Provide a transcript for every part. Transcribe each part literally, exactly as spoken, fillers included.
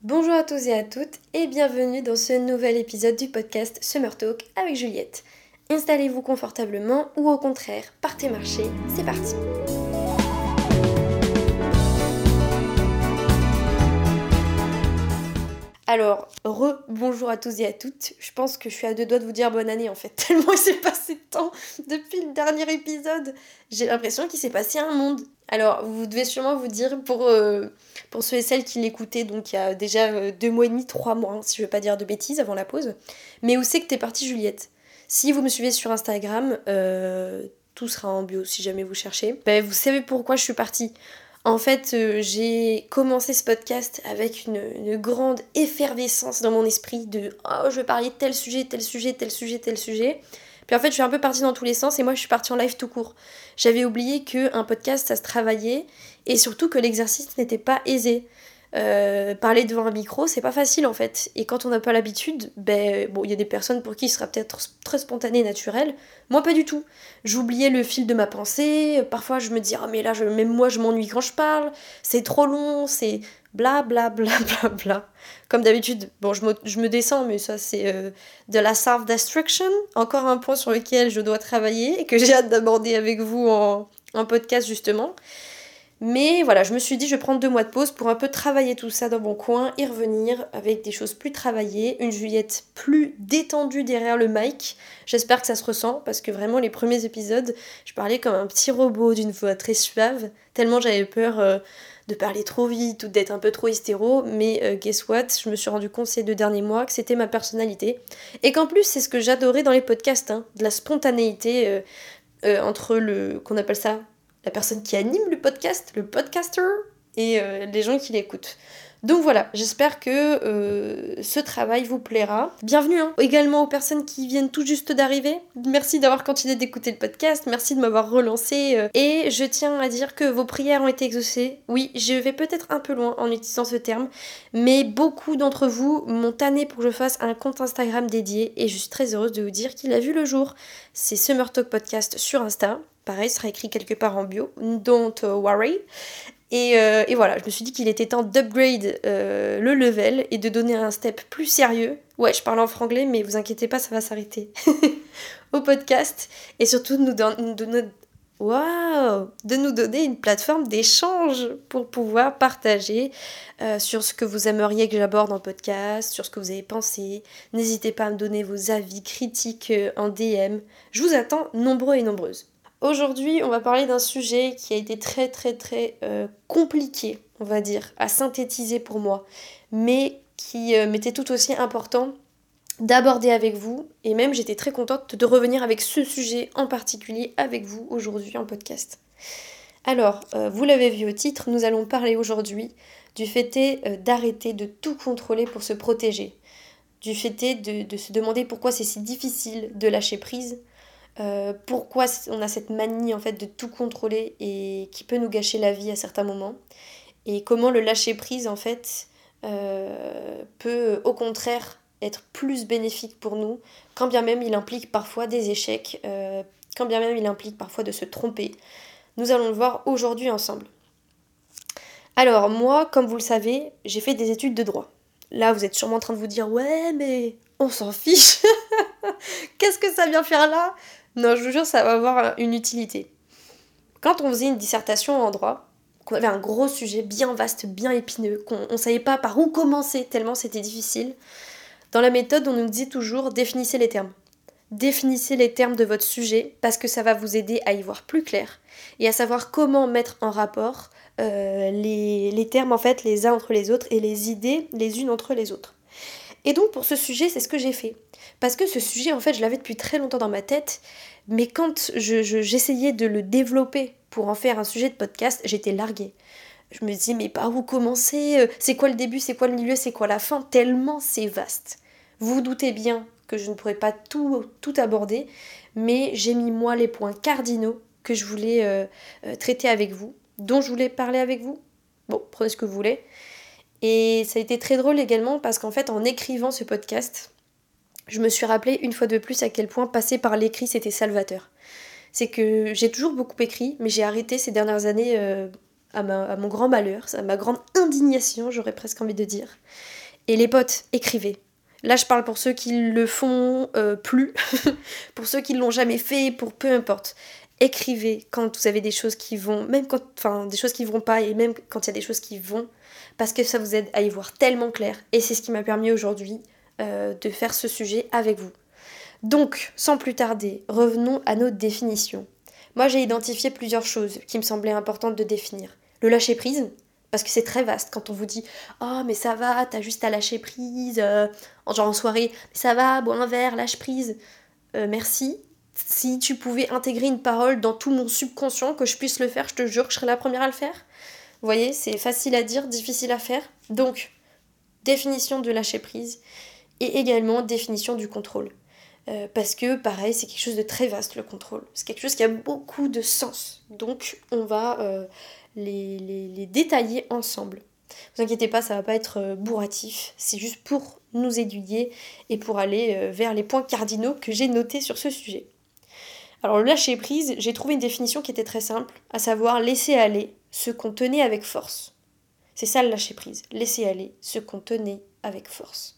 Bonjour à tous et à toutes et bienvenue dans ce nouvel épisode du podcast Summer Talk avec Juliette. Installez-vous confortablement ou au contraire, partez marcher, c'est parti. Alors, re-bonjour à tous et à toutes. Je pense que je suis à deux doigts de vous dire bonne année en fait, tellement il s'est passé de temps depuis le dernier épisode. J'ai l'impression qu'il s'est passé un monde. Alors, vous devez sûrement vous dire, pour, euh, pour ceux et celles qui l'écoutaient, donc il y a déjà euh, deux mois et demi, trois mois, hein, si je veux pas dire de bêtises avant la pause, mais où c'est que t'es partie Juliette? Si vous me suivez sur Instagram, euh, tout sera en bio si jamais vous cherchez, ben, vous savez pourquoi je suis partie. En fait, euh, j'ai commencé ce podcast avec une, une grande effervescence dans mon esprit de oh, je vais parler de tel sujet, tel sujet, tel sujet, tel sujet. Puis en fait, je suis un peu partie dans tous les sens et moi, je suis partie en live tout court. J'avais oublié qu'un podcast, ça se travaillait et surtout que l'exercice n'était pas aisé. Euh, parler devant un micro, c'est pas facile en fait. Et quand on n'a pas l'habitude, ben bon, il y a des personnes pour qui ce sera peut-être très spontané et naturel. Moi, pas du tout. J'oubliais le fil de ma pensée. Parfois, je me dis, ah, mais là, je, même moi, je m'ennuie quand je parle. C'est trop long, c'est bla bla bla bla bla. Comme d'habitude, bon, je me, je me descends, mais ça, c'est euh, de la self-destruction. Encore un point sur lequel je dois travailler et que j'ai hâte d'aborder avec vous en, en podcast, justement. Mais voilà, je me suis dit, je vais prendre deux mois de pause pour un peu travailler tout ça dans mon coin et revenir avec des choses plus travaillées, une Juliette plus détendue derrière le mic. J'espère que ça se ressent parce que vraiment les premiers épisodes, je parlais comme un petit robot d'une voix très suave, tellement j'avais peur euh, de parler trop vite ou d'être un peu trop hystéro. Mais euh, guess what, je me suis rendu compte ces deux derniers mois que c'était ma personnalité. Et qu'en plus, c'est ce que j'adorais dans les podcasts, hein, de la spontanéité euh, euh, entre le, qu'on appelle ça, la personne qui anime le podcast, le podcaster, et euh, les gens qui l'écoutent. Donc voilà, j'espère que euh, ce travail vous plaira. Bienvenue hein, également aux personnes qui viennent tout juste d'arriver. Merci d'avoir continué d'écouter le podcast, merci de m'avoir relancé. Euh, et je tiens à dire que vos prières ont été exaucées. Oui, je vais peut-être un peu loin en utilisant ce terme, mais beaucoup d'entre vous m'ont tanné pour que je fasse un compte Instagram dédié et je suis très heureuse de vous dire qu'il a vu le jour. C'est Summer Talk Podcast sur Insta. Pareil, ce sera écrit quelque part en bio. Don't worry. Et, euh, et voilà, je me suis dit qu'il était temps d'upgrade euh, le level et de donner un step plus sérieux. Ouais, je parle en franglais, mais vous inquiétez pas, ça va s'arrêter. Au podcast. Et surtout de nous, don- de, nous... Wow, de nous donner une plateforme d'échange pour pouvoir partager euh, sur ce que vous aimeriez que j'aborde en podcast, sur ce que vous avez pensé. N'hésitez pas à me donner vos avis critiques euh, en D M. Je vous attends nombreux et nombreuses. Aujourd'hui, on va parler d'un sujet qui a été très très très euh, compliqué, on va dire, à synthétiser pour moi, mais qui euh, m'était tout aussi important d'aborder avec vous, et même j'étais très contente de revenir avec ce sujet en particulier avec vous aujourd'hui en podcast. Alors, euh, vous l'avez vu au titre, nous allons parler aujourd'hui du fait euh, d'arrêter de tout contrôler pour se protéger, du fait de, de se demander pourquoi c'est si difficile de lâcher prise, Euh, pourquoi on a cette manie en fait de tout contrôler et qui peut nous gâcher la vie à certains moments et comment le lâcher prise en fait euh, peut au contraire être plus bénéfique pour nous quand bien même il implique parfois des échecs, euh, quand bien même il implique parfois de se tromper. Nous allons le voir aujourd'hui ensemble. Alors moi, comme vous le savez, j'ai fait des études de droit. Là, vous êtes sûrement en train de vous dire ouais mais on s'en fiche. Qu'est-ce que ça vient faire là? Non, je vous jure, ça va avoir une utilité. Quand on faisait une dissertation en droit, qu'on avait un gros sujet bien vaste, bien épineux, qu'on ne savait pas par où commencer tellement c'était difficile, dans la méthode, on nous disait toujours définissez les termes. Définissez les termes de votre sujet parce que ça va vous aider à y voir plus clair et à savoir comment mettre en rapport euh, les, les termes en fait les uns entre les autres et les idées les unes entre les autres. Et donc pour ce sujet, c'est ce que j'ai fait. Parce que ce sujet, en fait, je l'avais depuis très longtemps dans ma tête, mais quand je, je, j'essayais de le développer pour en faire un sujet de podcast, j'étais larguée. Je me disais, mais par où commencer? C'est quoi le début? C'est quoi le milieu? C'est quoi la fin? Tellement c'est vaste. Vous vous doutez bien que je ne pourrais pas tout, tout aborder, mais j'ai mis moi les points cardinaux que je voulais euh, euh, traiter avec vous, dont je voulais parler avec vous. Bon, prenez ce que vous voulez. Et ça a été très drôle également parce qu'en fait, en écrivant ce podcast, je me suis rappelé une fois de plus à quel point passer par l'écrit c'était salvateur. C'est que j'ai toujours beaucoup écrit, mais j'ai arrêté ces dernières années euh, à, ma, à mon grand malheur, à ma grande indignation, j'aurais presque envie de dire. Et les potes, écrivez. Là, je parle pour ceux qui le font euh, plus, pour ceux qui l'ont jamais fait, pour peu importe. Écrivez quand vous avez des choses qui vont, même quand, enfin, des choses qui vont pas, et même quand il y a des choses qui vont, parce que ça vous aide à y voir tellement clair. Et c'est ce qui m'a permis aujourd'hui euh, de faire ce sujet avec vous. Donc, sans plus tarder, revenons à notre définition. Moi, j'ai identifié plusieurs choses qui me semblaient importantes de définir. Le lâcher-prise, parce que c'est très vaste quand on vous dit « Oh, mais ça va, t'as juste à lâcher prise, euh, genre en soirée, mais ça va, bois un verre, lâche prise. Euh, merci. Si tu pouvais intégrer une parole dans tout mon subconscient, que je puisse le faire, je te jure que je serais la première à le faire. » Vous voyez, c'est facile à dire, difficile à faire. Donc, définition de lâcher prise et également définition du contrôle. Euh, parce que, pareil, c'est quelque chose de très vaste, le contrôle. C'est quelque chose qui a beaucoup de sens. Donc, on va euh, les, les, les détailler ensemble. Ne vous inquiétez pas, ça va pas être euh, bourratif. C'est juste pour nous aiguiller et pour aller euh, vers les points cardinaux que j'ai notés sur ce sujet. Alors, le lâcher prise, j'ai trouvé une définition qui était très simple, à savoir laisser aller ce qu'on tenait avec force. C'est ça le lâcher prise. Laisser aller ce qu'on tenait avec force.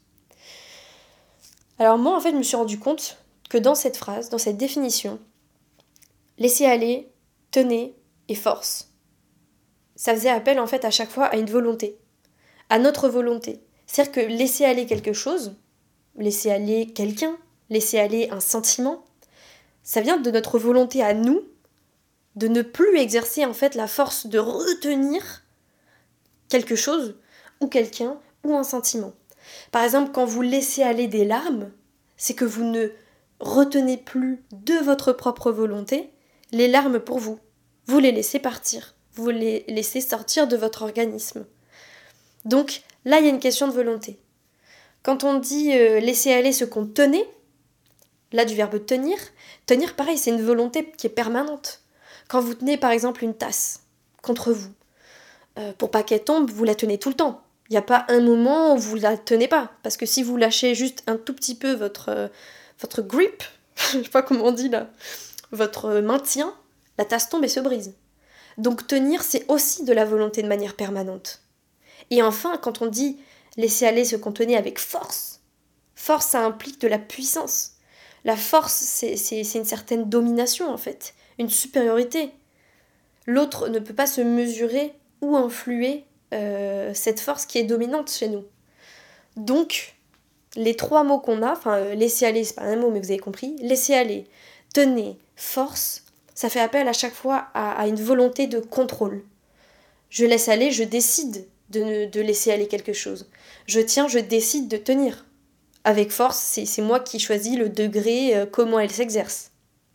Alors moi, en fait, je me suis rendu compte que dans cette phrase, dans cette définition, laisser aller, tenez et force, ça faisait appel en fait à chaque fois à une volonté, à notre volonté. C'est-à-dire que laisser aller quelque chose, laisser aller quelqu'un, laisser aller un sentiment, ça vient de notre volonté à nous de ne plus exercer en fait la force de retenir quelque chose ou quelqu'un ou un sentiment. Par exemple, quand vous laissez aller des larmes, c'est que vous ne retenez plus de votre propre volonté les larmes pour vous. Vous les laissez partir, vous les laissez sortir de votre organisme. Donc là, il y a une question de volonté. Quand on dit euh, laisser aller ce qu'on tenait, là du verbe tenir, tenir pareil, c'est une volonté qui est permanente. Quand vous tenez par exemple une tasse contre vous, euh, pour pas qu'elle tombe, vous la tenez tout le temps. Il n'y a pas un moment où vous la tenez pas. Parce que si vous lâchez juste un tout petit peu votre, euh, votre grip, je sais pas comment on dit là, votre maintien, la tasse tombe et se brise. Donc tenir, c'est aussi de la volonté de manière permanente. Et enfin, quand on dit laisser aller ce qu'on tenait avec force, force, ça implique de la puissance. La force, c'est, c'est, c'est une certaine domination en fait, une supériorité. L'autre ne peut pas se mesurer ou influer Euh, cette force qui est dominante chez nous. Donc, les trois mots qu'on a, enfin, euh, laisser aller, c'est pas un mot, mais vous avez compris, laisser aller, tenez, force, ça fait appel à chaque fois à, à une volonté de contrôle. Je laisse aller, je décide de, de laisser aller quelque chose. Je tiens, je décide de tenir. Avec force, c'est, c'est moi qui choisis le degré, euh, comment elle s'exerce.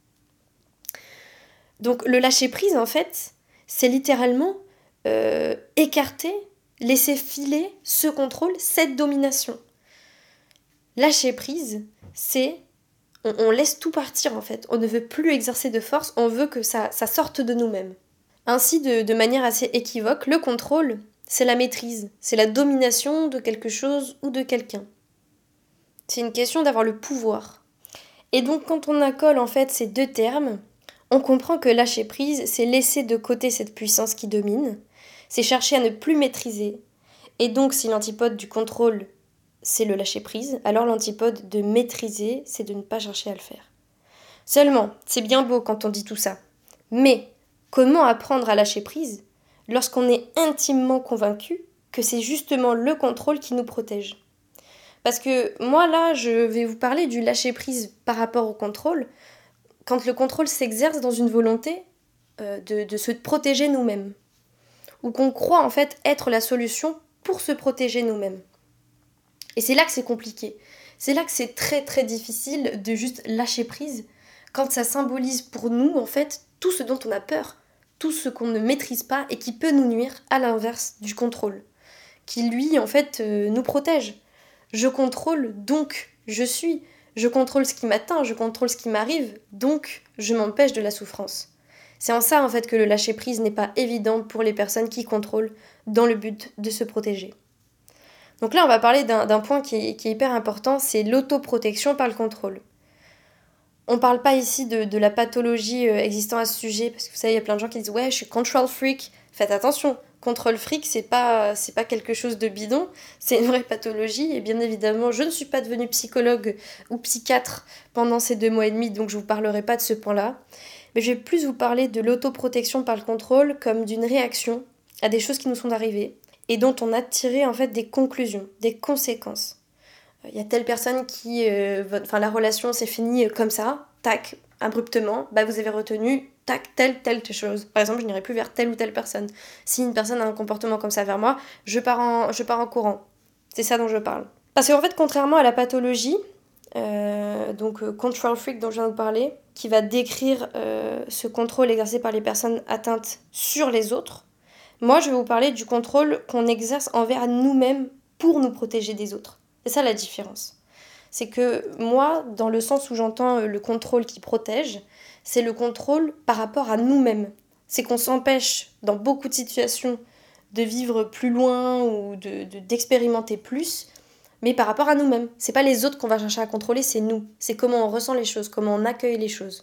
Donc, le lâcher-prise, en fait, c'est littéralement Euh, écarter, laisser filer ce contrôle, cette domination. Lâcher prise, c'est on, on laisse tout partir en fait. On ne veut plus exercer de force, on veut que ça, ça sorte de nous-mêmes. Ainsi, de, de manière assez équivoque, le contrôle, c'est la maîtrise, c'est la domination de quelque chose ou de quelqu'un. C'est une question d'avoir le pouvoir. Et donc quand on accole en fait ces deux termes, on comprend que lâcher prise, c'est laisser de côté cette puissance qui domine, c'est chercher à ne plus maîtriser. Et donc, si l'antipode du contrôle, c'est le lâcher-prise, alors l'antipode de maîtriser, c'est de ne pas chercher à le faire. Seulement, c'est bien beau quand on dit tout ça. Mais, comment apprendre à lâcher prise lorsqu'on est intimement convaincu que c'est justement le contrôle qui nous protège ? Parce que moi, là, je vais vous parler du lâcher-prise par rapport au contrôle, quand le contrôle s'exerce dans une volonté euh, de, de se protéger nous-mêmes. Ou qu'on croit en fait être la solution pour se protéger nous-mêmes. Et c'est là que c'est compliqué. C'est là que c'est très très difficile de juste lâcher prise, quand ça symbolise pour nous en fait tout ce dont on a peur, tout ce qu'on ne maîtrise pas et qui peut nous nuire, à l'inverse du contrôle, qui lui en fait euh, nous protège. Je contrôle, donc je suis. Je contrôle ce qui m'atteint, je contrôle ce qui m'arrive, donc je m'empêche de la souffrance. C'est en ça en fait que le lâcher-prise n'est pas évident pour les personnes qui contrôlent dans le but de se protéger. Donc là on va parler d'un, d'un point qui est, qui est hyper important, c'est l'autoprotection par le contrôle. On parle pas ici de, de la pathologie euh, existant à ce sujet, parce que vous savez, il y a plein de gens qui disent « Ouais, je suis control freak », Faites attention, contrôle fric, c'est pas, c'est pas quelque chose de bidon, c'est une vraie pathologie, et bien évidemment, je ne suis pas devenue psychologue ou psychiatre pendant ces deux mois et demi, donc je vous parlerai pas de ce point-là. Mais je vais plus vous parler de l'autoprotection par le contrôle comme d'une réaction à des choses qui nous sont arrivées, et dont on a tiré en fait des conclusions, des conséquences. Il y a telle personne qui... Euh, enfin, la relation s'est finie comme ça, tac, abruptement, bah vous avez retenu, tac, telle, telle chose. Par exemple, je n'irai plus vers telle ou telle personne. Si une personne a un comportement comme ça vers moi, je pars en, je pars en courant. C'est ça dont je parle. Parce qu'en fait, contrairement à la pathologie, euh, donc euh, control freak dont je viens de vous parler, qui va décrire euh, ce contrôle exercé par les personnes atteintes sur les autres, moi, je vais vous parler du contrôle qu'on exerce envers nous-mêmes pour nous protéger des autres. C'est ça la différence. C'est que moi, dans le sens où j'entends le contrôle qui protège, c'est le contrôle par rapport à nous-mêmes. C'est qu'on s'empêche, dans beaucoup de situations, de vivre plus loin ou de, de, d'expérimenter plus, mais par rapport à nous-mêmes. C'est pas les autres qu'on va chercher à contrôler, c'est nous. C'est comment on ressent les choses, comment on accueille les choses.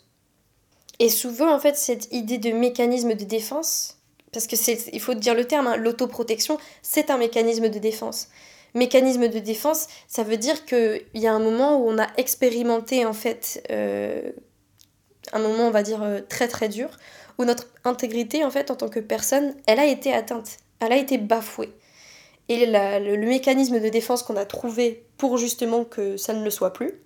Et souvent, en fait, cette idée de mécanisme de défense, parce que c'est, il faut dire le terme, hein, l'autoprotection, c'est un mécanisme de défense. Mécanisme de défense, ça veut dire qu'il y a un moment où on a expérimenté en fait euh, un moment, on va dire, euh, très très dur, où notre intégrité en fait en tant que personne, elle a été atteinte, elle a été bafouée. Et la, le, le mécanisme de défense qu'on a trouvé pour justement que ça ne le soit plus,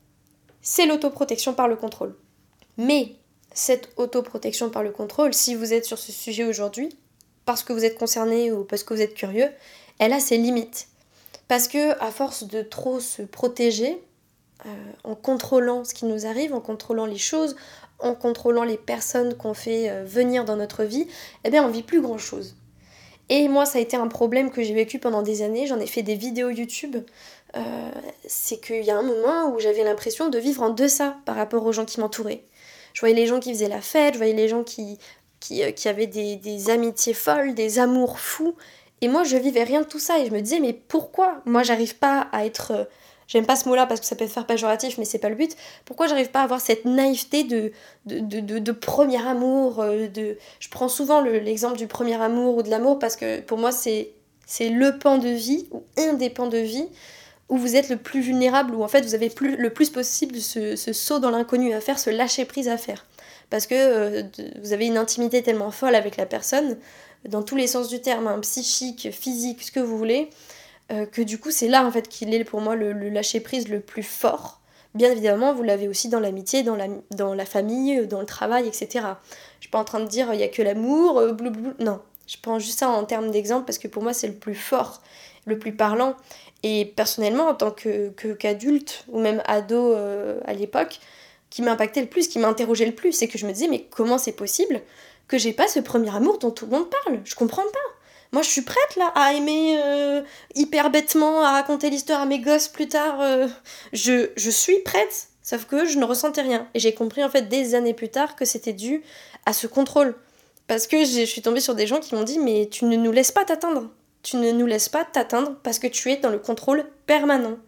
c'est l'autoprotection par le contrôle. Mais cette autoprotection par le contrôle, si vous êtes sur ce sujet aujourd'hui, parce que vous êtes concerné ou parce que vous êtes curieux, elle a ses limites. Parce que à force de trop se protéger, euh, en contrôlant ce qui nous arrive, en contrôlant les choses, en contrôlant les personnes qu'on fait euh, venir dans notre vie, eh bien on vit plus grand chose. Et moi ça a été un problème que j'ai vécu pendant des années, j'en ai fait des vidéos YouTube, euh, c'est qu'il y a un moment où j'avais l'impression de vivre en deçà par rapport aux gens qui m'entouraient. Je voyais les gens qui faisaient la fête, je voyais les gens qui, qui, euh, qui avaient des, des amitiés folles, des amours fous. Et moi, je vivais rien de tout ça. Et je me disais, mais pourquoi moi, j'arrive pas à être... Euh, j'aime pas ce mot-là parce que ça peut faire péjoratif, mais c'est pas le but. Pourquoi j'arrive pas à avoir cette naïveté de, de, de, de, de premier amour euh, de... Je prends souvent le, l'exemple du premier amour ou de l'amour parce que pour moi, c'est, c'est le pan de vie, ou un des pans de vie, où vous êtes le plus vulnérable, où en fait vous avez plus, le plus possible ce, ce saut dans l'inconnu à faire, ce lâcher-prise à faire. Parce que euh, vous avez une intimité tellement folle avec la personne, dans tous les sens du terme, hein, psychique, physique, ce que vous voulez, euh, que du coup c'est là en fait qu'il est pour moi le, le lâcher-prise le plus fort. Bien évidemment, vous l'avez aussi dans l'amitié, dans la, dans la famille, dans le travail, et cetera. Je suis pas en train de dire il y a que l'amour, euh, blablabla. Non, je prends juste ça en termes d'exemple parce que pour moi c'est le plus fort, le plus parlant. Et personnellement, en tant que, que, qu'adulte, ou même ado euh, à l'époque, qui m'impactait le plus, qui m'interrogeait le plus, c'est que je me disais, mais comment c'est possible que j'ai pas ce premier amour dont tout le monde parle ? Je comprends pas. Moi, je suis prête, là, à aimer euh, hyper bêtement, à raconter l'histoire à mes gosses plus tard. Euh, je, je suis prête, sauf que je ne ressentais rien. Et j'ai compris, en fait, des années plus tard, que c'était dû à ce contrôle. Parce que je suis tombée sur des gens qui m'ont dit, mais tu ne nous laisses pas t'atteindre. Tu ne nous laisses pas t'atteindre parce que tu es dans le contrôle permanent.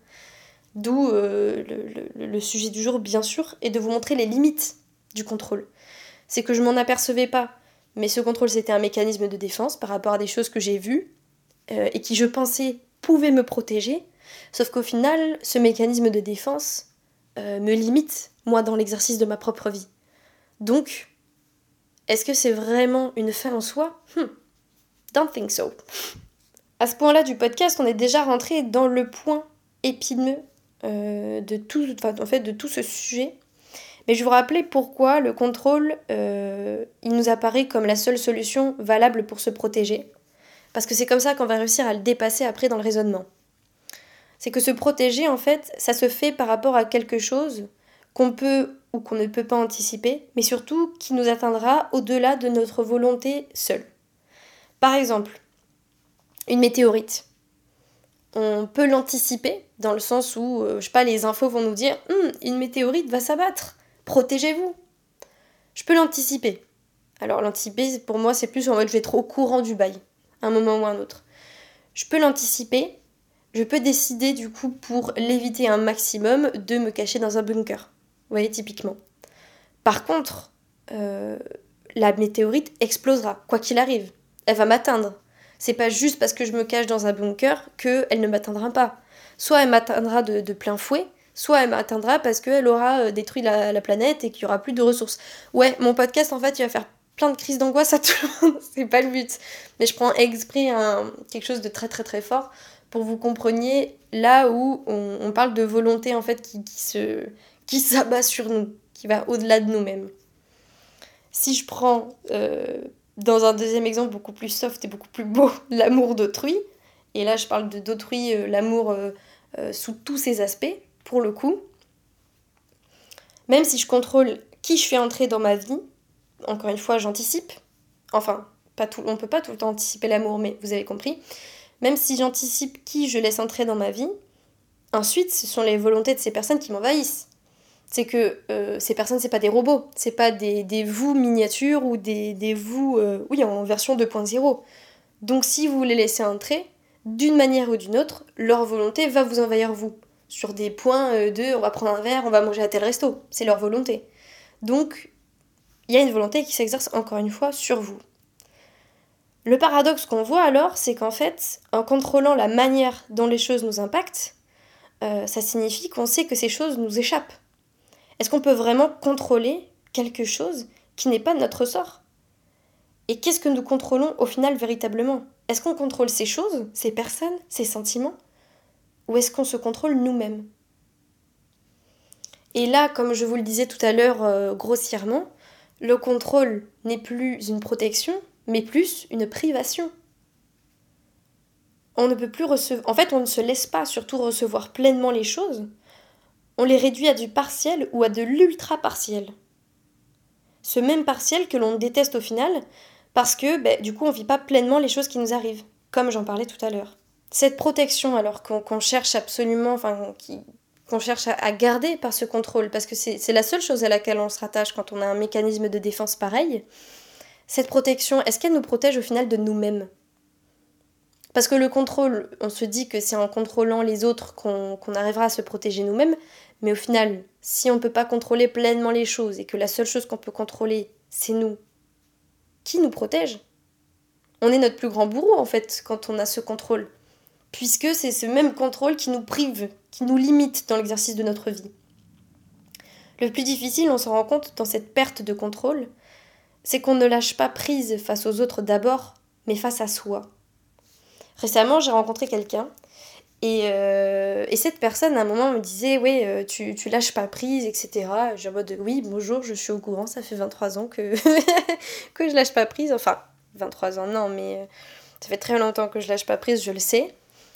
D'où euh, le, le, le sujet du jour, bien sûr, est de vous montrer les limites du contrôle. C'est que je m'en apercevais pas, mais ce contrôle, c'était un mécanisme de défense par rapport à des choses que j'ai vues euh, et qui, je pensais, pouvaient me protéger. Sauf qu'au final, ce mécanisme de défense euh, me limite, moi, dans l'exercice de ma propre vie. Donc, est-ce que c'est vraiment une fin en soi ? hmm. Don't think so. À ce point-là du podcast, on est déjà rentré dans le point épineux euh, de, tout, enfin, en fait, de tout ce sujet. Mais je vais vous rappeler pourquoi le contrôle, euh, il nous apparaît comme la seule solution valable pour se protéger. Parce que c'est comme ça qu'on va réussir à le dépasser après dans le raisonnement. C'est que se protéger, en fait, ça se fait par rapport à quelque chose qu'on peut ou qu'on ne peut pas anticiper, mais surtout qui nous atteindra au-delà de notre volonté seule. Par exemple, une météorite. On peut l'anticiper dans le sens où, euh, je sais pas, les infos vont nous dire hm, une météorite va s'abattre, protégez-vous. Je peux l'anticiper. Alors l'anticiper, pour moi, c'est plus en mode je vais être au courant du bail, à un moment ou à un autre. Je peux l'anticiper, je peux décider du coup pour l'éviter un maximum de me cacher dans un bunker. Vous voyez, typiquement. Par contre, euh, la météorite explosera, quoi qu'il arrive. elle va m'atteindre. C'est pas juste parce que je me cache dans un bunker qu'elle ne m'atteindra pas. Soit elle m'atteindra de, de plein fouet, soit elle m'atteindra parce qu'elle aura détruit la, la planète et qu'il y aura plus de ressources. Ouais, mon podcast, en fait, il va faire plein de crises d'angoisse à tout le monde, c'est pas le but. Mais je prends exprès un, quelque chose de très très très fort pour que vous compreniez là où on, on parle de volonté, en fait, qui, qui, se, qui s'abat sur nous, qui va au-delà de nous-mêmes. Si je prends, euh, dans un deuxième exemple beaucoup plus soft et beaucoup plus beau, l'amour d'autrui, et là je parle de d'autrui, euh, l'amour euh, euh, sous tous ses aspects, pour le coup, même si je contrôle qui je fais entrer dans ma vie, encore une fois j'anticipe, enfin, pas tout, on peut pas tout le temps anticiper l'amour, mais vous avez compris, même si j'anticipe qui je laisse entrer dans ma vie, ensuite ce sont les volontés de ces personnes qui m'envahissent. C'est que euh, ces personnes, c'est pas des robots, c'est pas des, des vous miniatures ou des, des vous, euh, oui, en version deux point zéro. Donc si vous les laissez entrer, d'une manière ou d'une autre, leur volonté va vous envahir vous. Sur des points euh, de on va prendre un verre, on va manger à tel resto, c'est leur volonté. Donc il y a une volonté qui s'exerce encore une fois sur vous. Le paradoxe qu'on voit alors, c'est qu'en fait, en contrôlant la manière dont les choses nous impactent, euh, ça signifie qu'on sait que ces choses nous échappent. Est-ce qu'on peut vraiment contrôler quelque chose qui n'est pas de notre ressort ? Et qu'est-ce que nous contrôlons au final véritablement ? Est-ce qu'on contrôle ces choses, ces personnes, ces sentiments ? Ou est-ce qu'on se contrôle nous-mêmes ? Et là, comme je vous le disais tout à l'heure euh, grossièrement, le contrôle n'est plus une protection, mais plus une privation. On ne peut plus recevoir... En fait, on ne se laisse pas surtout recevoir pleinement les choses. On les réduit à du partiel ou à de l'ultra-partiel. Ce même partiel que l'on déteste au final, parce que ben, du coup on ne vit pas pleinement les choses qui nous arrivent, comme j'en parlais tout à l'heure. Cette protection alors qu'on, qu'on cherche absolument, enfin qui, qu'on cherche à, à garder par ce contrôle, parce que c'est, c'est la seule chose à laquelle on se rattache quand on a un mécanisme de défense pareil, cette protection, est-ce qu'elle nous protège au final de nous-mêmes ? Parce que le contrôle, on se dit que c'est en contrôlant les autres qu'on, qu'on arrivera à se protéger nous-mêmes, mais au final, si on ne peut pas contrôler pleinement les choses et que la seule chose qu'on peut contrôler, c'est nous, qui nous protège ? On est notre plus grand bourreau, en fait, quand on a ce contrôle. Puisque c'est ce même contrôle qui nous prive, qui nous limite dans l'exercice de notre vie. Le plus difficile, on s'en rend compte dans cette perte de contrôle, c'est qu'on ne lâche pas prise face aux autres d'abord, mais face à soi. Récemment, j'ai rencontré quelqu'un, et, euh, et cette personne, à un moment, me disait « Ouais, euh, tu, tu lâches pas prise, et cetera » J'ai en mode « Oui, bonjour, je suis au courant, ça fait vingt-trois ans que, que je lâche pas prise. » Enfin, vingt-trois ans, non, mais euh, ça fait très longtemps que je lâche pas prise, je le sais.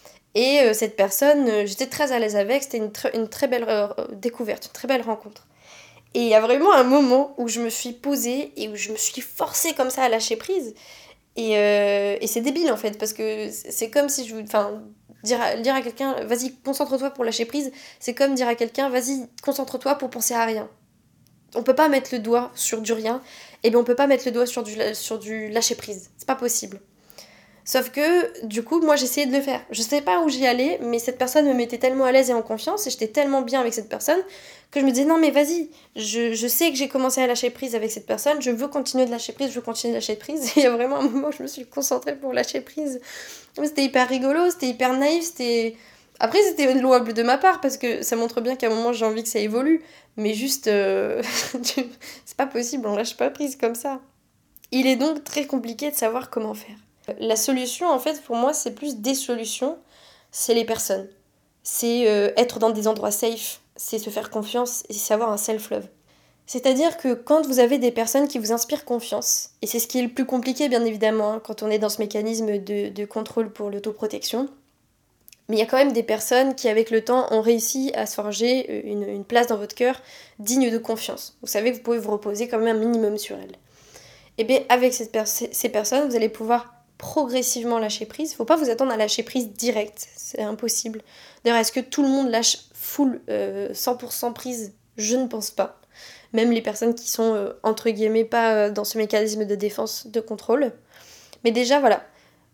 Et euh, cette personne, euh, j'étais très à l'aise avec, c'était une, tr- une très belle euh, découverte, une très belle rencontre. Et il y a vraiment un moment où je me suis posée et où je me suis forcée comme ça à lâcher prise. Et, euh, et c'est débile en fait, parce que c'est comme si je... Enfin, dire à, dire à quelqu'un, vas-y, concentre-toi pour lâcher prise, c'est comme dire à quelqu'un, vas-y, concentre-toi pour penser à rien. On peut pas mettre le doigt sur du rien, et bien on peut pas mettre le doigt sur du, sur du lâcher prise. C'est pas possible. Sauf que, du coup, moi j'essayais de le faire. Je sais pas où j'y allais, mais cette personne me mettait tellement à l'aise et en confiance, et j'étais tellement bien avec cette personne, que je me disais, non mais vas-y, je, je sais que j'ai commencé à lâcher prise avec cette personne, je veux continuer de lâcher prise, je veux continuer de lâcher prise. Et il y a vraiment un moment où je me suis concentrée pour lâcher prise. C'était hyper rigolo, c'était hyper naïf, c'était... Après c'était louable de ma part, parce que ça montre bien qu'à un moment j'ai envie que ça évolue, mais juste... Euh... c'est pas possible, on lâche pas prise comme ça. Il est donc très compliqué de savoir comment faire. La solution, en fait, pour moi, c'est plus des solutions, c'est les personnes. C'est euh, être dans des endroits safe, c'est se faire confiance et c'est avoir un self-love. C'est-à-dire que quand vous avez des personnes qui vous inspirent confiance, et c'est ce qui est le plus compliqué, bien évidemment, hein, quand on est dans ce mécanisme de, de contrôle pour l'autoprotection, mais il y a quand même des personnes qui, avec le temps, ont réussi à se forger une, une place dans votre cœur digne de confiance. Vous savez que vous pouvez vous reposer quand même un minimum sur elles. Et bien, avec cette per- ces personnes, vous allez pouvoir progressivement lâcher prise. Il ne faut pas vous attendre à lâcher prise direct, c'est impossible. D'ailleurs, est-ce que tout le monde lâche full euh, cent pour cent prise ? Je ne pense pas. Même les personnes qui sont, euh, entre guillemets, pas euh, dans ce mécanisme de défense, de contrôle. Mais déjà, voilà.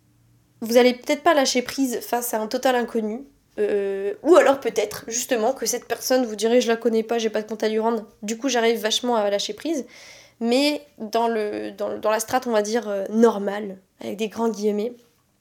Vous allez peut-être pas lâcher prise face à un total inconnu. Euh, ou alors peut-être, justement, que cette personne, vous direz, je la connais pas, j'ai pas de compte à lui rendre. Du coup, j'arrive vachement à lâcher prise. Mais dans, le, dans, dans la strate, on va dire, euh, normale, avec des grands guillemets.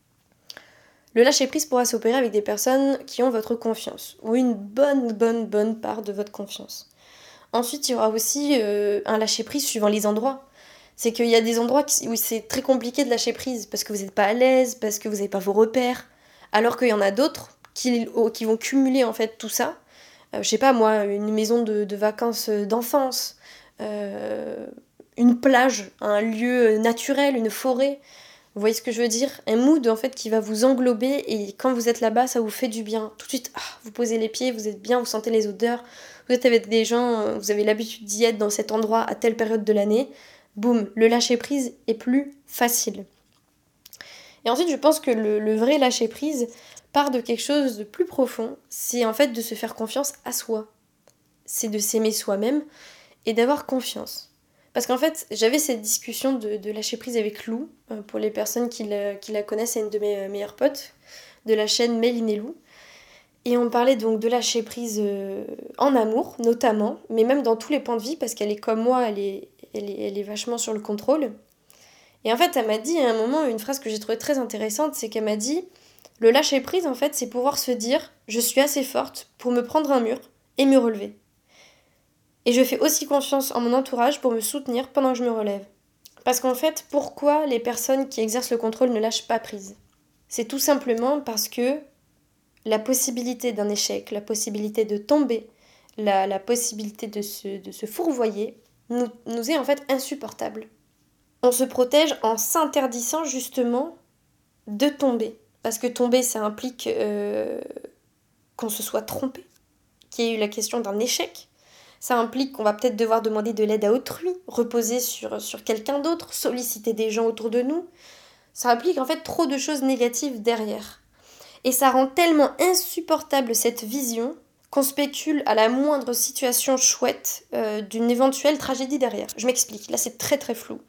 Le lâcher-prise pourra s'opérer avec des personnes qui ont votre confiance, ou une bonne, bonne, bonne part de votre confiance. Ensuite, il y aura aussi euh, un lâcher-prise suivant les endroits. C'est qu'il y a des endroits où c'est très compliqué de lâcher prise, parce que vous n'êtes pas à l'aise, parce que vous n'avez pas vos repères, alors qu'il y en a d'autres qui, qui vont cumuler en fait tout ça. Euh, je sais pas moi, une maison de, de vacances d'enfance, euh, une plage, un lieu naturel, une forêt. Vous voyez ce que je veux dire? Un mood en fait qui va vous englober et quand vous êtes là-bas, ça vous fait du bien. Tout de suite, ah, vous posez les pieds, vous êtes bien, vous sentez les odeurs. Vous êtes avec des gens, vous avez l'habitude d'y être dans cet endroit à telle période de l'année. Boum, le lâcher-prise est plus facile. Et ensuite, je pense que le, le vrai lâcher-prise part de quelque chose de plus profond. C'est en fait de se faire confiance à soi. C'est de s'aimer soi-même et d'avoir confiance. Parce qu'en fait, j'avais cette discussion de, de lâcher prise avec Lou, euh, pour les personnes qui la, qui la connaissent, c'est une de mes euh, meilleures potes, de la chaîne Méline et Lou. Et on parlait donc de lâcher prise euh, en amour, notamment, mais même dans tous les points de vie, parce qu'elle est comme moi, elle est, elle est, elle est vachement sur le contrôle. Et en fait, elle m'a dit à un moment une phrase que j'ai trouvée très intéressante, c'est qu'elle m'a dit, le lâcher prise, en fait, c'est pouvoir se dire, je suis assez forte pour me prendre un mur et me relever. Et je fais aussi confiance en mon entourage pour me soutenir pendant que je me relève. Parce qu'en fait, pourquoi les personnes qui exercent le contrôle ne lâchent pas prise? C'est tout simplement parce que la possibilité d'un échec, la possibilité de tomber, la, la possibilité de se, de se fourvoyer, nous, nous est en fait insupportable. On se protège en s'interdisant justement de tomber. Parce que tomber, ça implique euh, qu'on se soit trompé, qu'il y ait eu la question d'un échec. Ça implique qu'on va peut-être devoir demander de l'aide à autrui, reposer sur, sur quelqu'un d'autre, solliciter des gens autour de nous. Ça implique en fait trop de choses négatives derrière. Et ça rend tellement insupportable cette vision qu'on spécule à la moindre situation chouette euh, d'une éventuelle tragédie derrière. Je m'explique, là c'est très très flou.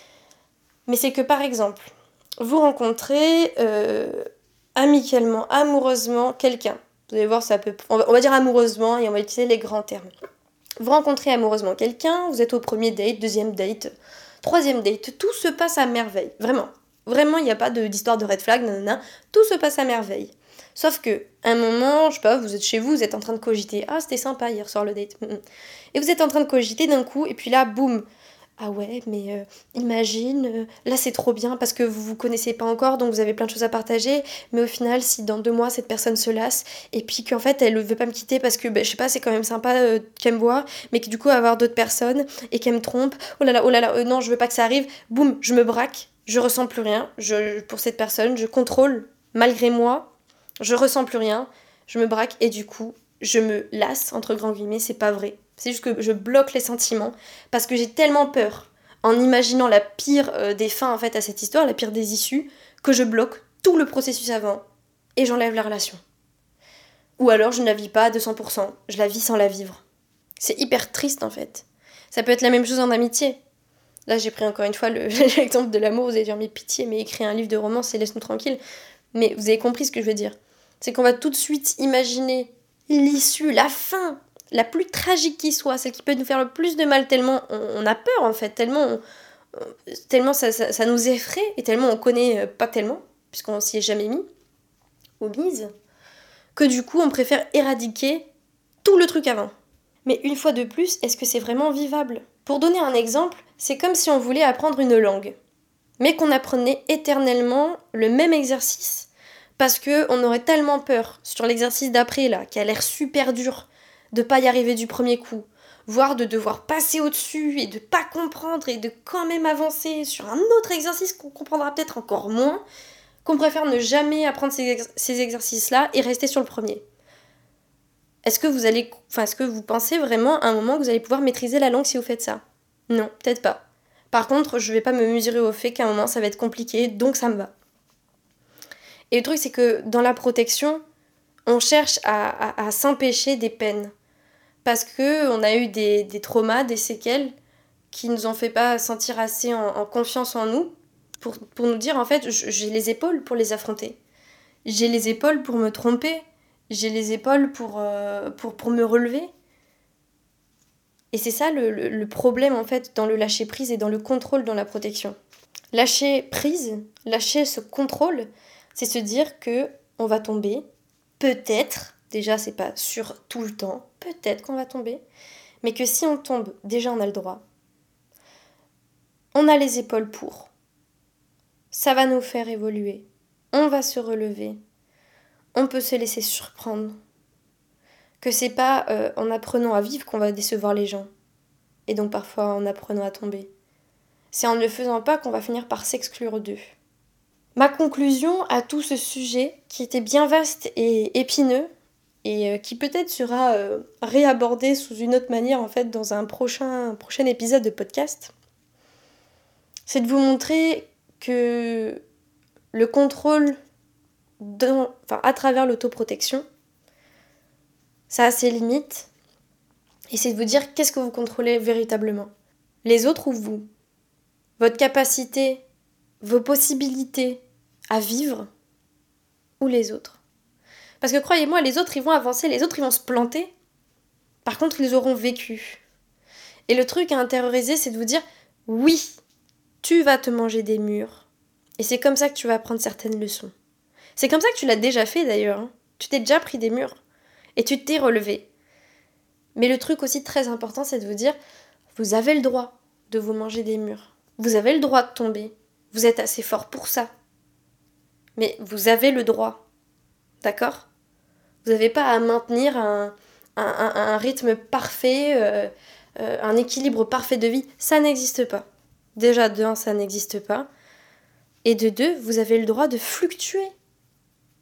Mais c'est que par exemple, vous rencontrez euh, amicalement, amoureusement quelqu'un. Vous allez voir, ça peut... on va, on va dire amoureusement et on va utiliser les grands termes. Vous rencontrez amoureusement quelqu'un, vous êtes au premier date, deuxième date, troisième date, tout se passe à merveille, vraiment. Vraiment, il n'y a pas de, d'histoire de red flag, nanana, tout se passe à merveille. Sauf que, un moment, je sais pas, vous êtes chez vous, vous êtes en train de cogiter, ah c'était sympa hier soir le date, et vous êtes en train de cogiter d'un coup, et puis là, boum, ah ouais, mais euh, imagine, euh, là c'est trop bien parce que vous vous connaissez pas encore, donc vous avez plein de choses à partager, mais au final, si dans deux mois cette personne se lasse, et puis qu'en fait elle veut pas me quitter parce que, ben, je sais pas, c'est quand même sympa euh, qu'elle me voit, mais que du coup, elle va avoir d'autres personnes, et qu'elle me trompe, oh là là, oh là là, euh, non, je veux pas que ça arrive, boum, je me braque, je ressens plus rien, je, pour cette personne, je contrôle malgré moi, je ressens plus rien, je me braque, et du coup, je me lasse, entre grands guillemets, c'est pas vrai. C'est juste que je bloque les sentiments parce que j'ai tellement peur, en imaginant la pire euh, des fins en fait à cette histoire, la pire des issues, que je bloque tout le processus avant et j'enlève la relation. Ou alors je ne la vis pas à deux cents pour cent, je la vis sans la vivre. C'est hyper triste en fait. Ça peut être la même chose en amitié. Là j'ai pris encore une fois le, l'exemple de l'amour, vous allez dire mais pitié, mais écris un livre de romance et laisse-nous tranquille. Mais vous avez compris ce que je veux dire. C'est qu'on va tout de suite imaginer l'issue, la fin, la plus tragique qui soit, celle qui peut nous faire le plus de mal, tellement on, on a peur en fait, tellement, on, on, tellement ça, ça, ça nous effraie, et tellement on connaît, euh, pas tellement, puisqu'on s'y est jamais mis, ou mise, que du coup on préfère éradiquer tout le truc avant. Mais une fois de plus, est-ce que c'est vraiment vivable? Pour donner un exemple, c'est comme si on voulait apprendre une langue, mais qu'on apprenait éternellement le même exercice, parce qu'on aurait tellement peur sur l'exercice d'après là, qui a l'air super dur, de pas y arriver du premier coup, voire de devoir passer au-dessus et de pas comprendre et de quand même avancer sur un autre exercice qu'on comprendra peut-être encore moins, qu'on préfère ne jamais apprendre ces, ex- ces exercices-là et rester sur le premier. Est-ce que vous allez, enfin, est-ce que vous pensez vraiment à un moment que vous allez pouvoir maîtriser la langue si vous faites ça? Non, peut-être pas. Par contre, je vais pas me mesurer au fait qu'à un moment ça va être compliqué, donc ça me va. Et le truc, c'est que dans la protection, on cherche à, à, à s'empêcher des peines. Parce qu'on a eu des, des traumas, des séquelles qui nous ont fait pas sentir assez en, en confiance en nous pour, pour nous dire en fait j'ai les épaules pour les affronter. J'ai les épaules pour me tromper. J'ai les épaules pour, euh, pour, pour me relever. Et c'est ça le, le, le problème en fait dans le lâcher prise et dans le contrôle dans la protection. Lâcher prise, lâcher ce contrôle, c'est se dire que on va tomber, peut-être, déjà c'est pas sûr tout le temps, peut-être qu'on va tomber, mais que si on tombe, déjà on a le droit. On a les épaules pour. Ça va nous faire évoluer. On va se relever. On peut se laisser surprendre. Que c'est pas euh, en apprenant à vivre qu'on va décevoir les gens. Et donc parfois en apprenant à tomber. C'est en ne le faisant pas qu'on va finir par s'exclure d'eux. Ma conclusion à tout ce sujet, qui était bien vaste et épineux, et euh, qui peut-être sera euh, réabordé sous une autre manière en fait dans un prochain, prochain épisode de podcast, c'est de vous montrer que le contrôle dans, enfin, à travers l'autoprotection, ça a ses limites, et c'est de vous dire qu'est-ce que vous contrôlez véritablement. Les autres ou vous ? Votre capacité, vos possibilités à vivre, ou les autres ? Parce que croyez-moi, les autres ils vont avancer, les autres ils vont se planter, par contre ils auront vécu. Et le truc à intérioriser, c'est de vous dire oui, tu vas te manger des murs. Et c'est comme ça que tu vas apprendre certaines leçons. C'est comme ça que tu l'as déjà fait d'ailleurs. Hein. Tu t'es déjà pris des murs. Et tu t'es relevé. Mais le truc aussi très important, c'est de vous dire, vous avez le droit de vous manger des murs. Vous avez le droit de tomber. Vous êtes assez fort pour ça. Mais vous avez le droit. D'accord ? Vous n'avez pas à maintenir un, un, un, un rythme parfait, euh, euh, un équilibre parfait de vie. Ça n'existe pas. Déjà, de un, ça n'existe pas. Et de deux, vous avez le droit de fluctuer. D'accord ?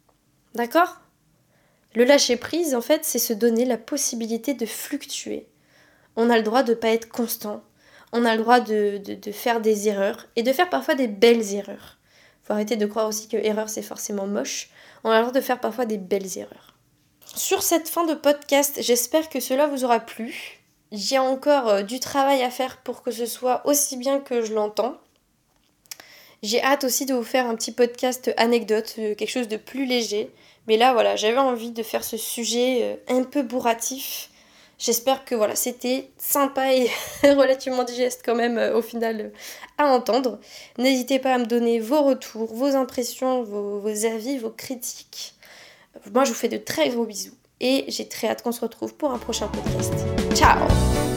Le lâcher-prise, en fait, c'est se donner la possibilité de fluctuer. On a le droit de ne pas être constant. On a le droit de, de, de faire des erreurs. Et de faire parfois des belles erreurs. Faut arrêter de croire aussi que erreur, c'est forcément moche. On a le droit de faire parfois des belles erreurs. Sur cette fin de podcast, j'espère que cela vous aura plu. J'ai encore euh, du travail à faire pour que ce soit aussi bien que je l'entends. J'ai hâte aussi de vous faire un petit podcast anecdote, quelque chose de plus léger. Mais là, voilà, j'avais envie de faire ce sujet un peu bourratif. J'espère que voilà, c'était sympa et relativement digeste quand même au final à entendre. N'hésitez pas à me donner vos retours, vos impressions, vos, vos avis, vos critiques. Moi, je vous fais de très gros bisous et j'ai très hâte qu'on se retrouve pour un prochain podcast. Ciao!